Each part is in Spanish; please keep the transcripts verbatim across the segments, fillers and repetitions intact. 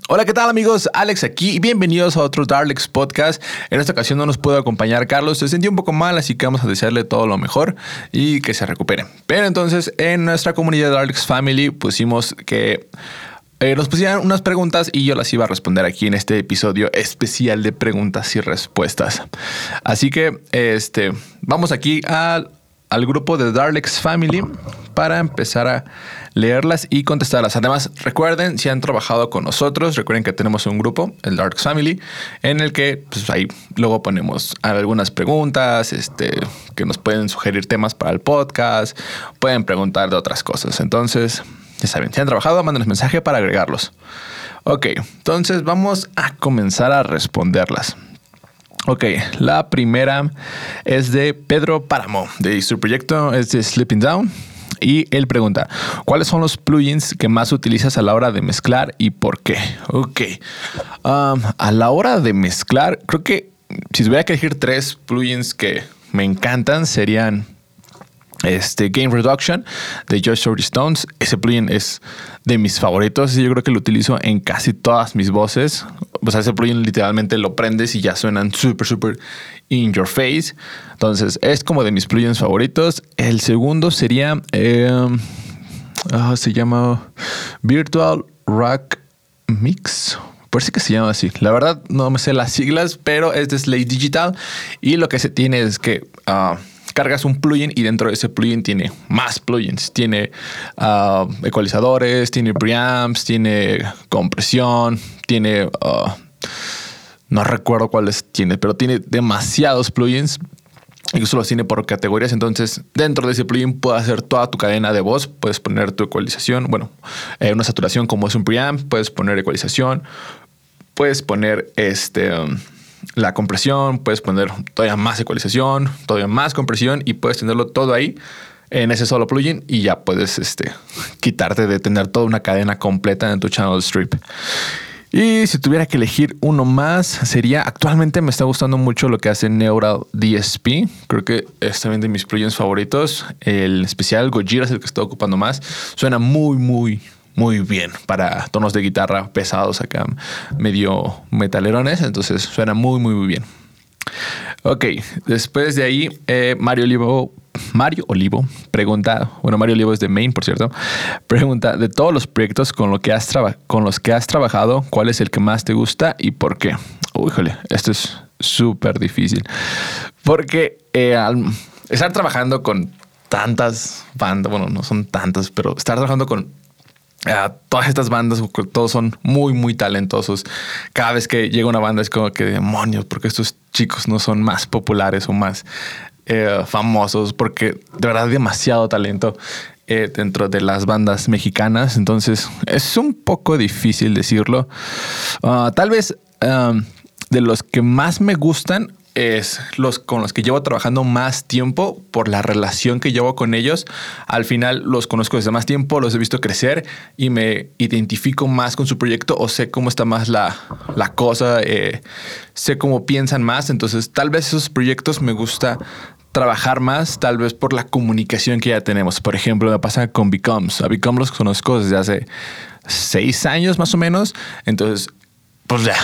Hola, ¿qué tal amigos? Alex aquí y bienvenidos a otro Darlex Podcast. En esta ocasión no nos pudo acompañar Carlos, se sentía un poco mal, así que vamos a desearle todo lo mejor y que se recupere. Pero entonces en nuestra comunidad Darlex Family pusimos que eh, nos pusieran unas preguntas y yo las iba a responder aquí en este episodio especial de preguntas y respuestas. Así que este, vamos aquí al, al grupo de Darlex Family para empezar a leerlas y contestarlas. Además, recuerden, si han trabajado con nosotros, recuerden que tenemos un grupo, el Darlex Family, en el que pues, ahí luego ponemos algunas preguntas, este, que nos pueden sugerir temas para el podcast, pueden preguntar de otras cosas. Entonces, ya saben, si han trabajado, mándenos mensaje para agregarlos. Ok, entonces vamos a comenzar a responderlas. Ok, la primera es de Pedro Páramo, de su proyecto es de Sleeping Down. Y él pregunta, ¿cuáles son los plugins que más utilizas a la hora de mezclar y por qué? Ok. Um, a la hora de mezclar, creo que si tuviera que elegir tres plugins que me encantan serían este Gain Reduction de Josh Stones. Ese plugin es de mis favoritos y yo creo que lo utilizo en casi todas mis voces. O sea, ese plugin literalmente lo prendes y ya suenan súper, súper in your face. Entonces, es como de mis plugins favoritos. El segundo sería... Eh, oh, se llama Virtual Rack Mix. Parece que se llama así. La verdad, no me sé las siglas, pero es de Slate Digital. Y lo que se tiene es que... Uh, cargas un plugin y dentro de ese plugin tiene más plugins. Tiene uh, ecualizadores, tiene preamps, tiene compresión, tiene... Uh, no recuerdo cuáles tiene, pero tiene demasiados plugins. Incluso los tiene por categorías. Entonces, dentro de ese plugin puedes hacer toda tu cadena de voz. Puedes poner tu ecualización. Bueno, eh, una saturación como es un preamp. Puedes poner ecualización. Puedes poner este... Um, la compresión, puedes poner todavía más ecualización, todavía más compresión y puedes tenerlo todo ahí en ese solo plugin y ya puedes este, quitarte de tener toda una cadena completa en tu channel strip. Y si tuviera que elegir uno más, sería, actualmente me está gustando mucho lo que hace Neural D S P. Creo que es también de mis plugins favoritos. El especial Gojira es el que estoy ocupando más. Suena muy, muy... muy bien para tonos de guitarra pesados acá, medio metalerones. Entonces suena muy, muy, muy bien. Ok, después de ahí, eh, Mario Olivo, Mario Olivo pregunta, bueno, Mario Olivo es de Maine, por cierto, pregunta, de todos los proyectos con, lo que has traba- con los que has trabajado, ¿cuál es el que más te gusta y por qué? Uy, híjole, esto es súper difícil. Porque eh, al estar trabajando con tantas bandas, bueno, no son tantas, pero estar trabajando con Uh, todas estas bandas, todos son muy, muy talentosos. Cada vez que llega una banda es como que demonios, porque estos chicos no son más populares o más eh, famosos, porque de verdad hay demasiado talento eh, dentro de las bandas mexicanas. Entonces es un poco difícil decirlo. Uh, tal vez um, de los que más me gustan es los con los que llevo trabajando más tiempo por la relación que llevo con ellos. Al final los conozco desde más tiempo, los he visto crecer y me identifico más con su proyecto o sé cómo está más la, la cosa, eh, sé cómo piensan más. Entonces tal vez esos proyectos me gusta trabajar más, tal vez por la comunicación que ya tenemos. Por ejemplo, me pasa con Becomes. A Becomes los conozco desde hace seis años más o menos. Entonces, pues ya...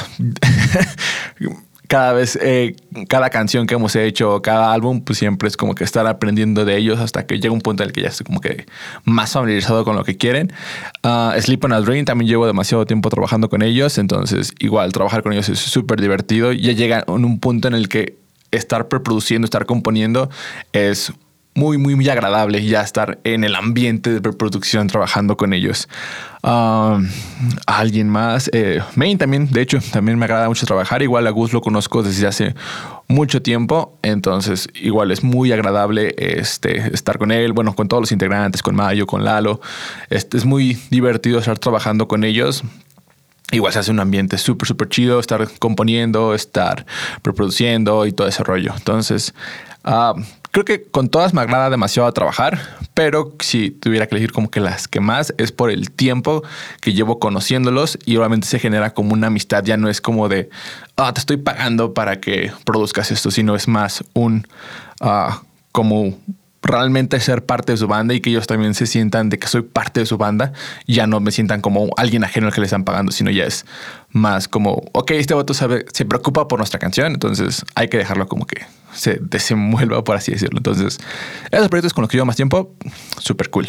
Cada vez, eh, cada canción que hemos hecho, cada álbum, pues siempre es como que estar aprendiendo de ellos hasta que llega un punto en el que ya estoy como que más familiarizado con lo que quieren. Uh, Sleep on a Dream, también llevo demasiado tiempo trabajando con ellos, entonces igual trabajar con ellos es súper divertido. Ya llega en un punto en el que estar preproduciendo, estar componiendo es muy, muy, muy agradable ya estar en el ambiente de preproducción trabajando con ellos. Um, alguien más, eh, Maine también, de hecho, también me agrada mucho trabajar. Igual a Gus lo conozco desde hace mucho tiempo, entonces igual es muy agradable este, estar con él, bueno, con todos los integrantes, con Mayo, con Lalo. Este, es muy divertido estar trabajando con ellos. Igual se hace un ambiente súper, súper chido, estar componiendo, estar preproduciendo y todo ese rollo. Entonces, uh, creo que con todas me agrada demasiado trabajar, pero si tuviera que elegir como que las que más es por el tiempo que llevo conociéndolos y obviamente se genera como una amistad. Ya no es como de, ah, oh, te estoy pagando para que produzcas esto, sino es más un, uh, como realmente ser parte de su banda y que ellos también se sientan de que soy parte de su banda. Ya no me sientan como alguien ajeno al que le están pagando, sino ya es más como, ok, este vato sabe, se preocupa por nuestra canción, entonces hay que dejarlo como que se desenvuelva, por así decirlo. Entonces, esos proyectos con los que llevo más tiempo, súper cool.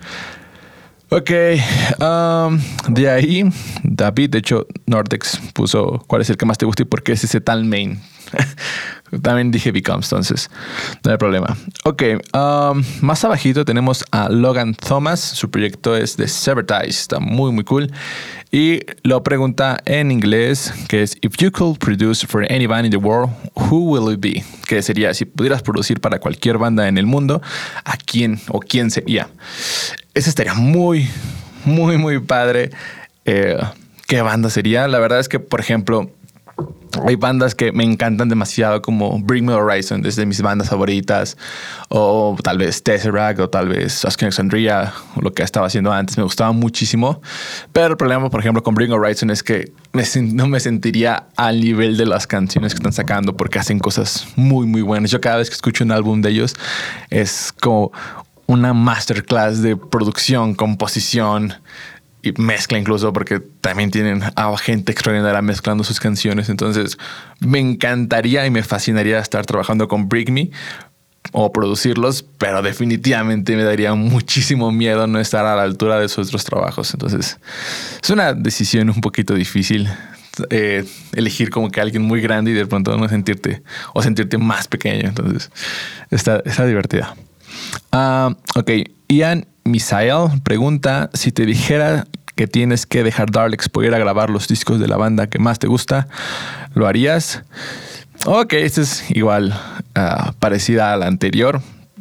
Ok, um, de ahí, David, de hecho, Nordex puso cuál es el que más te gusta y por qué es ese tal main. También dije Becomes, entonces no hay problema. Ok, um, más abajito tenemos a Logan Thomas. Su proyecto es de Severtize, está muy muy cool. Y lo pregunta en inglés, que es If you could produce for any band in the world, who will it be? Que sería, si pudieras producir para cualquier banda en el mundo, ¿a quién o quién sería? Ese estaría muy, muy, muy padre. Eh, ¿Qué banda sería? La verdad es que, por ejemplo, hay bandas que me encantan demasiado, como Bring Me Horizon, desde mis bandas favoritas, o tal vez Tesseract, o tal vez Asking Alexandria, o lo que estaba haciendo antes, me gustaba muchísimo. Pero el problema, por ejemplo, con Bring Me Horizon es que me, no me sentiría al nivel de las canciones que están sacando, porque hacen cosas muy, muy buenas. Yo cada vez que escucho un álbum de ellos, es como una masterclass de producción, composición y mezcla incluso, porque también tienen a gente extraordinaria mezclando sus canciones. Entonces me encantaría y me fascinaría estar trabajando con Bring Me o producirlos, pero definitivamente me daría muchísimo miedo no estar a la altura de sus otros trabajos. Entonces es una decisión un poquito difícil, eh, elegir como que alguien muy grande y de pronto no sentirte o sentirte más pequeño. Entonces está, está divertida. Uh, ok, Ian Misael pregunta: si te dijera que tienes que dejar Darlex por ir a grabar los discos de la banda que más te gusta, ¿lo harías? Ok, esta es igual uh, parecida a la anterior.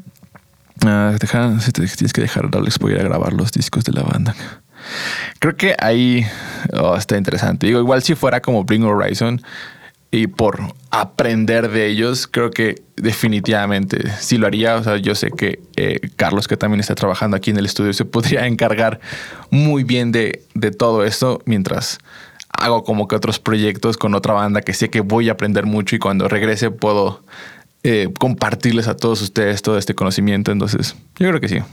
Uh, deja, si te, tienes que dejar Darlex por ir a grabar los discos de la banda. Creo que ahí oh, está interesante. Digo, igual si fuera como Bring Horizon y por aprender de ellos, creo que definitivamente sí lo haría. O sea, yo sé que eh, Carlos, que también está trabajando aquí en el estudio, se podría encargar muy bien de, de todo esto, mientras hago como que otros proyectos con otra banda que sé que voy a aprender mucho y cuando regrese puedo eh, compartirles a todos ustedes todo este conocimiento. Entonces, yo creo que sí.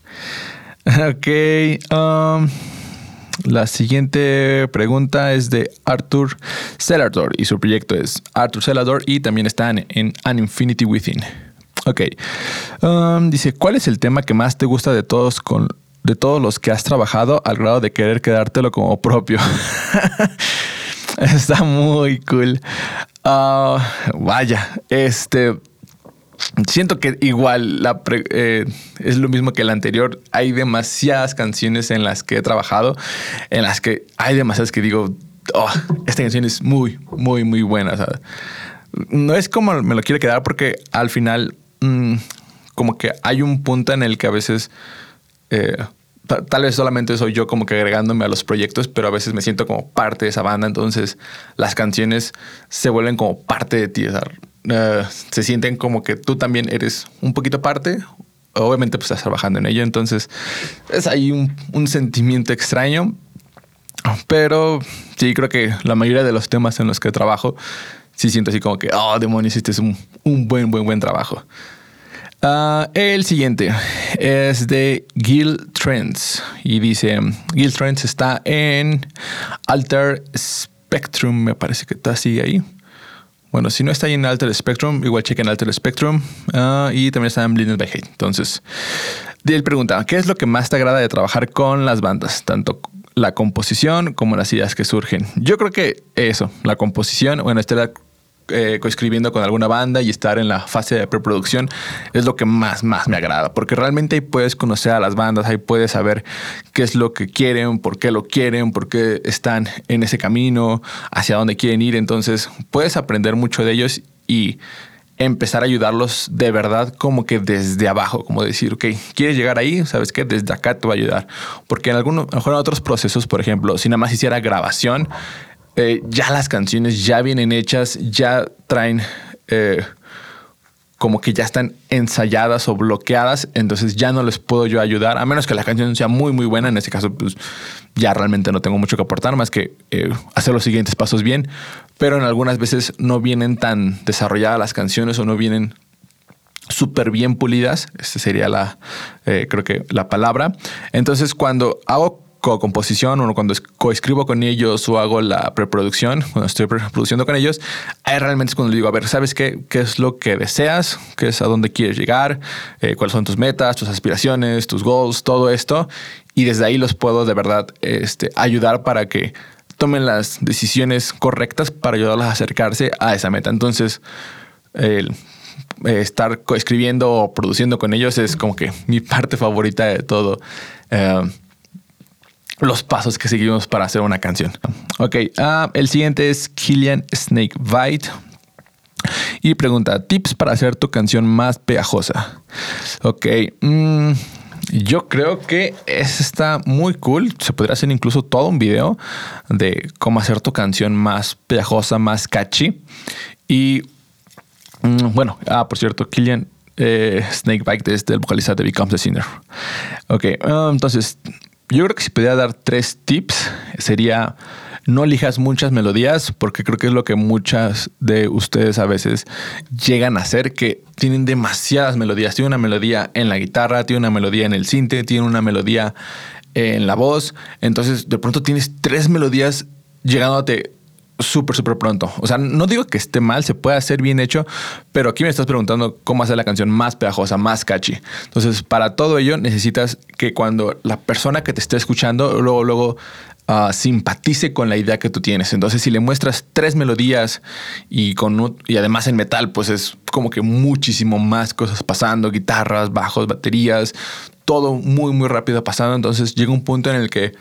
Ok. Um, La siguiente pregunta es de Arthur Celador y su proyecto es Arthur Celador y también están en An Infinity Within. Ok. Um, dice, ¿cuál es el tema que más te gusta de todos, con, de todos los que has trabajado al grado de querer quedártelo como propio? Está muy cool. Uh, vaya, este... Siento que igual la pre, eh, es lo mismo que la anterior. Hay demasiadas canciones en las que he trabajado, en las que hay demasiadas que digo, oh, esta canción es muy, muy, muy buena. O sea, no es como me lo quiero quedar porque al final mmm, como que hay un punto en el que a veces eh, tal vez solamente soy yo como que agregándome a los proyectos, pero a veces me siento como parte de esa banda. Entonces las canciones se vuelven como parte de ti. O sea, Uh, se sienten como que tú también eres un poquito parte. Obviamente pues estás trabajando en ello, entonces es ahí un, un sentimiento extraño, pero sí creo que la mayoría de los temas en los que trabajo sí siento así como que oh demonios, este es un, un buen buen buen trabajo. Uh, el siguiente es de Gil Trends y dice: Gil Trends está en Alter Spectrum, me parece que está así ahí. Bueno, si no está ahí en Alter Spectrum, igual chequen Alter Spectrum. Uh, y también está en Blinded by Hate. Entonces, él pregunta, ¿qué es lo que más te agrada de trabajar con las bandas? Tanto la composición como las ideas que surgen. Yo creo que eso, la composición, bueno, estar eh, coescribiendo con alguna banda y estar en la fase de preproducción es lo que más, más me agrada. Porque realmente ahí puedes conocer a las bandas, ahí puedes saber qué es lo que quieren, por qué lo quieren, por qué están en ese camino, hacia dónde quieren ir. Entonces puedes aprender mucho de ellos y empezar a ayudarlos de verdad, como que desde abajo, como decir, ok, ¿quieres llegar ahí? ¿Sabes qué? Desde acá te va a ayudar. Porque en algunos, a lo mejor en otros procesos, por ejemplo, si nada más hiciera grabación, eh, ya las canciones ya vienen hechas, ya traen... Eh, como que ya están ensayadas o bloqueadas, entonces ya no les puedo yo ayudar, a menos que la canción sea muy muy buena. En este caso pues ya realmente no tengo mucho que aportar más que eh, hacer los siguientes pasos bien, pero en algunas veces no vienen tan desarrolladas las canciones o no vienen súper bien pulidas. Esta sería la, eh, creo que la palabra. Entonces, cuando hago co-composición o cuando coescribo con ellos o hago la preproducción, cuando estoy produciendo con ellos, ahí realmente es cuando le digo, a ver, ¿sabes qué? ¿Qué es lo que deseas? ¿Qué es a dónde quieres llegar? Eh, ¿Cuáles son tus metas, tus aspiraciones, tus goals? Todo esto. Y desde ahí los puedo de verdad este, ayudar para que tomen las decisiones correctas para ayudarlos a acercarse a esa meta. Entonces, el eh, estar coescribiendo o produciendo con ellos es como que mi parte favorita de todo. Eh, los pasos que seguimos para hacer una canción. Ok, uh, el siguiente es Killian Snakebite y pregunta, tips para hacer tu canción más pegajosa. Ok, mm, yo creo que eso está muy cool. Se podría hacer incluso todo un video de cómo hacer tu canción más pegajosa, más catchy. Y mm, bueno, ah, por cierto, Killian eh, Snakebite es el vocalista de Becomes a Sinner. Ok, uh, entonces yo creo que si pudiera dar tres tips sería no elijas muchas melodías, porque creo que es lo que muchas de ustedes a veces llegan a hacer, que tienen demasiadas melodías. Tiene una melodía en la guitarra, tiene una melodía en el sinte, tiene una melodía en la voz. Entonces de pronto tienes tres melodías llegándote súper, súper pronto. O sea, no digo que esté mal, se puede hacer bien hecho, pero aquí me estás preguntando cómo hacer la canción más pegajosa, más catchy. Entonces, para todo ello necesitas que cuando la persona que te esté escuchando luego, luego uh, simpatice con la idea que tú tienes. Entonces, si le muestras tres melodías y, con, y además en metal, pues es como que muchísimo más cosas pasando, guitarras, bajos, baterías, todo muy, muy rápido pasando. Entonces, llega un punto en el que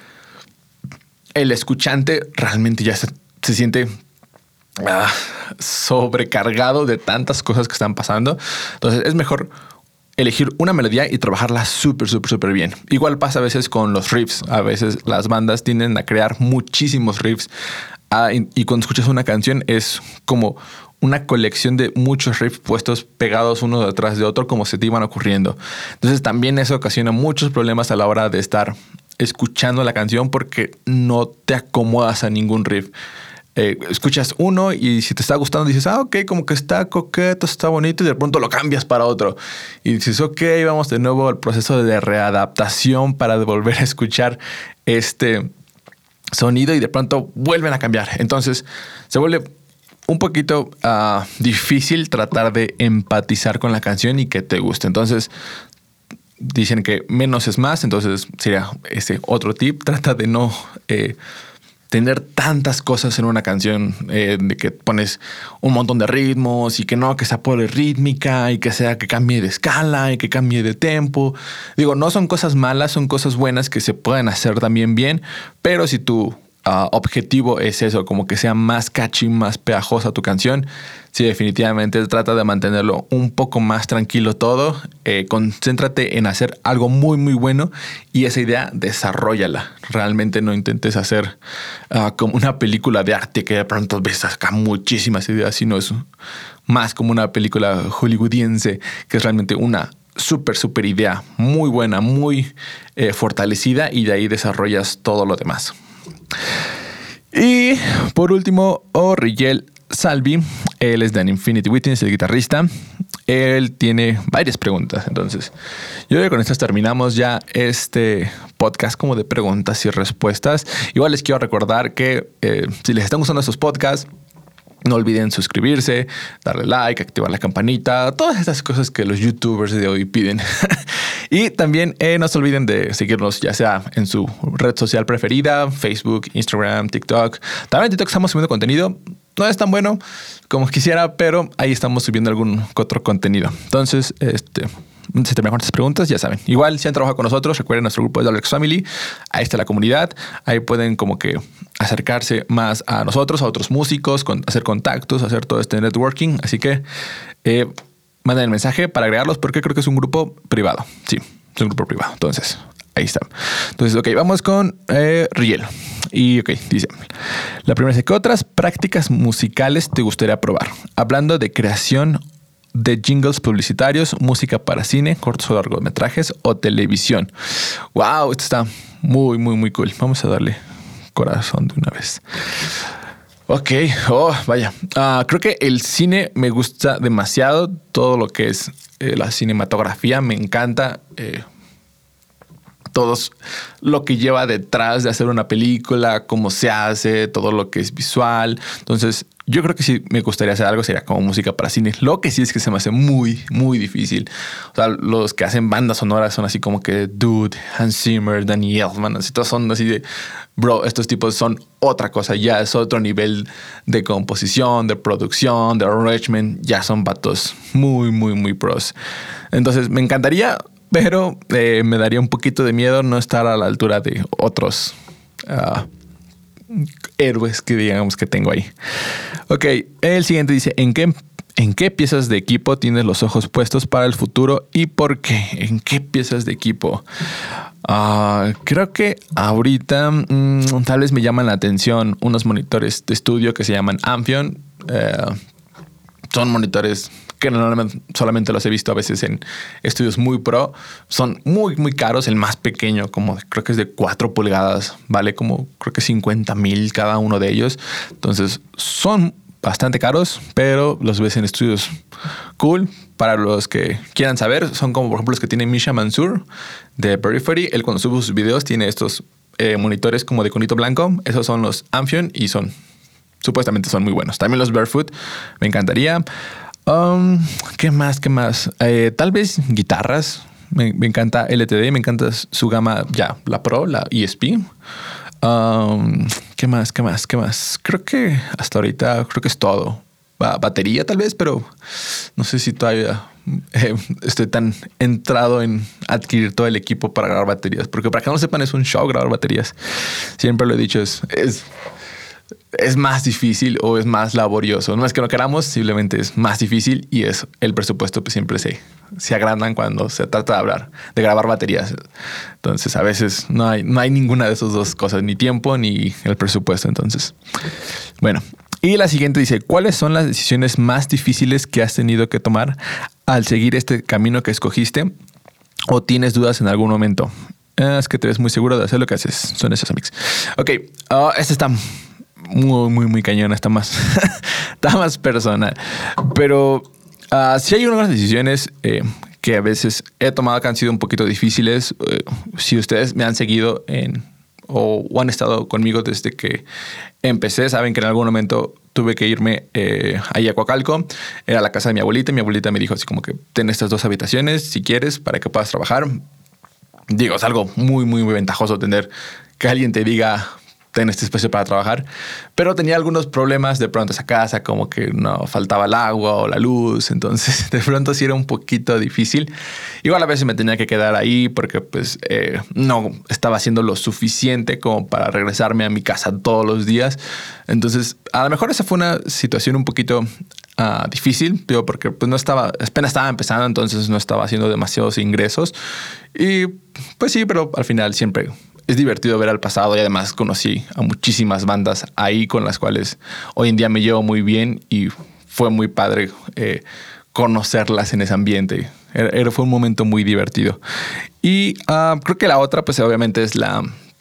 el escuchante realmente ya se se siente ah, sobrecargado de tantas cosas que están pasando. Entonces es mejor elegir una melodía y trabajarla súper, súper, súper bien. Igual pasa a veces con los riffs. A veces las bandas tienden a crear muchísimos riffs ah, y, y cuando escuchas una canción es como una colección de muchos riffs puestos pegados uno detrás de otro como se te iban ocurriendo. Entonces también eso ocasiona muchos problemas a la hora de estar escuchando la canción porque no te acomodas a ningún riff. Eh, escuchas uno y si te está gustando dices, ah, ok, como que está coqueto, está bonito, y de pronto lo cambias para otro. Y dices, ok, vamos de nuevo al proceso de readaptación para volver a escuchar este sonido y de pronto vuelven a cambiar. Entonces se vuelve un poquito uh, difícil tratar de empatizar con la canción y que te guste. Entonces dicen que menos es más, entonces sería ese otro tip. Trata de no eh, tener tantas cosas en una canción, eh, de que pones un montón de ritmos y que no, que sea polirrítmica y que sea que cambie de escala y que cambie de tempo. Digo, no son cosas malas, son cosas buenas que se pueden hacer también bien, pero si tu Uh, objetivo es eso, como que sea más catchy, más pegajosa tu canción, sí, definitivamente trata de mantenerlo un poco más tranquilo todo. Eh, concéntrate en hacer algo muy, muy bueno y esa idea, desarróllala. Realmente no intentes hacer uh, como una película de arte que de pronto ves acá muchísimas ideas, sino es más como una película hollywoodiense que es realmente una súper, súper idea muy buena, muy eh, fortalecida y de ahí desarrollas todo lo demás. Y por último, Oriel Salvi, él es de An Infinity Witness, el guitarrista. Él tiene varias preguntas. Entonces, yo creo que con estas terminamos ya este podcast como de preguntas y respuestas. Igual les quiero recordar que eh, si les están gustando estos podcasts, no olviden suscribirse, darle like, activar la campanita, todas estas cosas que los youtubers de hoy piden. Y también eh, no se olviden de seguirnos ya sea en su red social preferida, Facebook, Instagram, TikTok. También en TikTok estamos subiendo contenido. No es tan bueno como quisiera, pero ahí estamos subiendo algún otro contenido. Entonces, este... si te mejoran estas preguntas, ya saben. Igual, si han trabajado con nosotros, recuerden nuestro grupo de Darlex Family. Ahí está la comunidad. Ahí pueden como que acercarse más a nosotros, a otros músicos, con, hacer contactos, hacer todo este networking. Así que eh, manden el mensaje para agregarlos porque creo que es un grupo privado. Sí, es un grupo privado. Entonces, ahí está. Entonces, ok, vamos con eh, Riel. Y ok, dice, la primera es, ¿qué otras prácticas musicales te gustaría probar? Hablando de creación de jingles publicitarios, música para cine, cortos o largometrajes o televisión. Wow, esto está muy, muy, muy cool. Vamos a darle corazón de una vez. Ok, oh, vaya. Uh, creo que el cine me gusta demasiado. Todo lo que es eh, la cinematografía me encanta. Eh, todo lo que lleva detrás de hacer una película, cómo se hace, todo lo que es visual. Entonces, yo creo que si me gustaría hacer algo sería como música para cine. Lo que sí es que se me hace muy, muy difícil. O sea, los que hacen bandas sonoras son así como que Dude, Hans Zimmer, Danny Elfman, así todos son así de, bro, estos tipos son otra cosa. Ya es otro nivel de composición, de producción, de arrangement. Ya son vatos muy, muy, muy pros. Entonces, me encantaría, pero eh, me daría un poquito de miedo no estar a la altura de otros uh, héroes que digamos que tengo ahí. Ok, el siguiente dice, ¿en qué, ¿en qué piezas de equipo tienes los ojos puestos para el futuro y por qué? ¿En qué piezas de equipo? Uh, creo que ahorita mmm, tal vez me llaman la atención unos monitores de estudio que se llaman Amphion. Uh, son monitores que normalmente solamente los he visto a veces en estudios muy pro. Son muy, muy caros. El más pequeño, como creo que es de cuatro pulgadas, vale como creo que cincuenta mil cada uno de ellos. Entonces son bastante caros, pero los ves en estudios cool. Para los que quieran saber, son como por ejemplo los que tiene Misha Mansour de Periphery. Él cuando sube sus videos tiene estos eh, monitores como de conito blanco. Esos son los Amphion y son supuestamente son muy buenos. También los Barefoot me encantaría. Um, ¿Qué más? ¿Qué más? Eh, tal vez guitarras. Me, me encanta L T D, me encanta su gama ya, la Pro, la E S P. Um, ¿Qué más? ¿Qué más? ¿Qué más? Creo que hasta ahorita creo que es todo. Ba- batería tal vez, pero no sé si todavía eh, estoy tan entrado en adquirir todo el equipo para grabar baterías. Porque para que no lo sepan, es un show grabar baterías. Siempre lo he dicho, es... es es más difícil o es más laborioso. No es que no queramos, simplemente es más difícil y es el presupuesto pues siempre se, se agrandan cuando se trata de hablar, de grabar baterías. Entonces a veces no hay, no hay ninguna de esas dos cosas, ni tiempo ni el presupuesto. Entonces, bueno. Y la siguiente dice, ¿cuáles son las decisiones más difíciles que has tenido que tomar al seguir este camino que escogiste o tienes dudas en algún momento? Es que te ves muy seguro de hacer lo que haces. Son esos amigos. Ok, uh, este está... muy, muy, muy cañona. Está más, está más personal. Pero uh, sí hay unas decisiones eh, que a veces he tomado que han sido un poquito difíciles. Eh, si ustedes me han seguido en, o, o han estado conmigo desde que empecé, saben que en algún momento tuve que irme eh, ahí a Coacalco. Era la casa de mi abuelita. Mi abuelita me dijo así como que ten estas dos habitaciones si quieres para que puedas trabajar. Digo, es algo muy, muy, muy ventajoso tener que alguien te diga ten este espacio para trabajar, pero tenía algunos problemas de pronto esa casa, como que no faltaba el agua o la luz, entonces de pronto sí era un poquito difícil. Igual a veces me tenía que quedar ahí porque pues eh, no estaba haciendo lo suficiente como para regresarme a mi casa todos los días. Entonces a lo mejor esa fue una situación un poquito uh, difícil, digo, porque pues no estaba, apenas estaba empezando, entonces no estaba haciendo demasiados ingresos y pues sí, pero al final siempre es divertido ver al pasado y además conocí a muchísimas bandas ahí con las cuales hoy en día me llevo muy bien y fue muy padre eh, conocerlas en ese ambiente. Era, fue un momento muy divertido. Y uh, creo que la otra pues obviamente es la...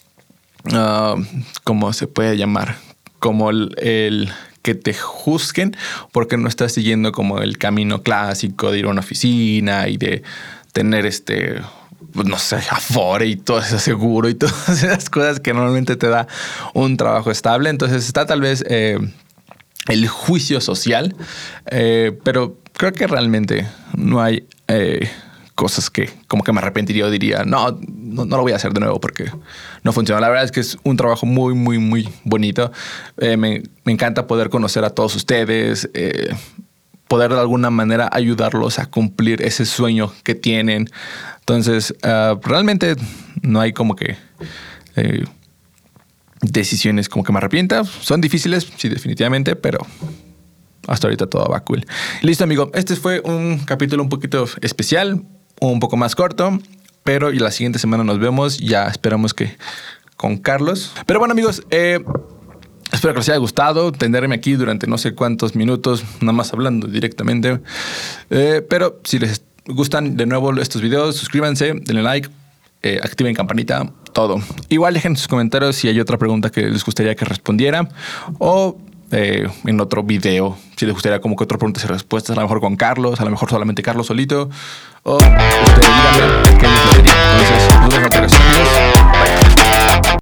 Uh, ¿cómo se puede llamar? Como el, el que te juzguen porque no estás siguiendo como el camino clásico de ir a una oficina y de tener este... pues no sé, Afore y todo ese seguro y todas esas cosas que normalmente te da un trabajo estable. Entonces está tal vez eh, el juicio social, eh, pero creo que realmente no hay eh, cosas que como que me arrepentiría o diría, no, no, no lo voy a hacer de nuevo porque no funciona. La verdad es que es un trabajo muy, muy, muy bonito. Eh, me, me encanta poder conocer a todos ustedes, eh, poder de alguna manera ayudarlos a cumplir ese sueño que tienen. Entonces, uh, realmente no hay como que eh, decisiones como que me arrepienta. Son difíciles, sí, definitivamente, pero hasta ahorita todo va cool. Listo, amigo. Este fue un capítulo un poquito especial, un poco más corto, pero y la siguiente semana nos vemos. Ya esperamos que con Carlos. Pero bueno, amigos, eh, espero que les haya gustado tenerme aquí durante no sé cuántos minutos, nada más hablando directamente. Eh, pero si les gustan de nuevo estos videos, suscríbanse, denle like, eh, activen campanita, todo. Igual dejen sus comentarios si hay otra pregunta que les gustaría que respondiera o eh, en otro video. Si les gustaría como que otras preguntas y respuestas, a lo mejor con Carlos, a lo mejor solamente Carlos solito. O ustedes díganme qué les gustaría. Entonces, nos vemos en otra ocasión.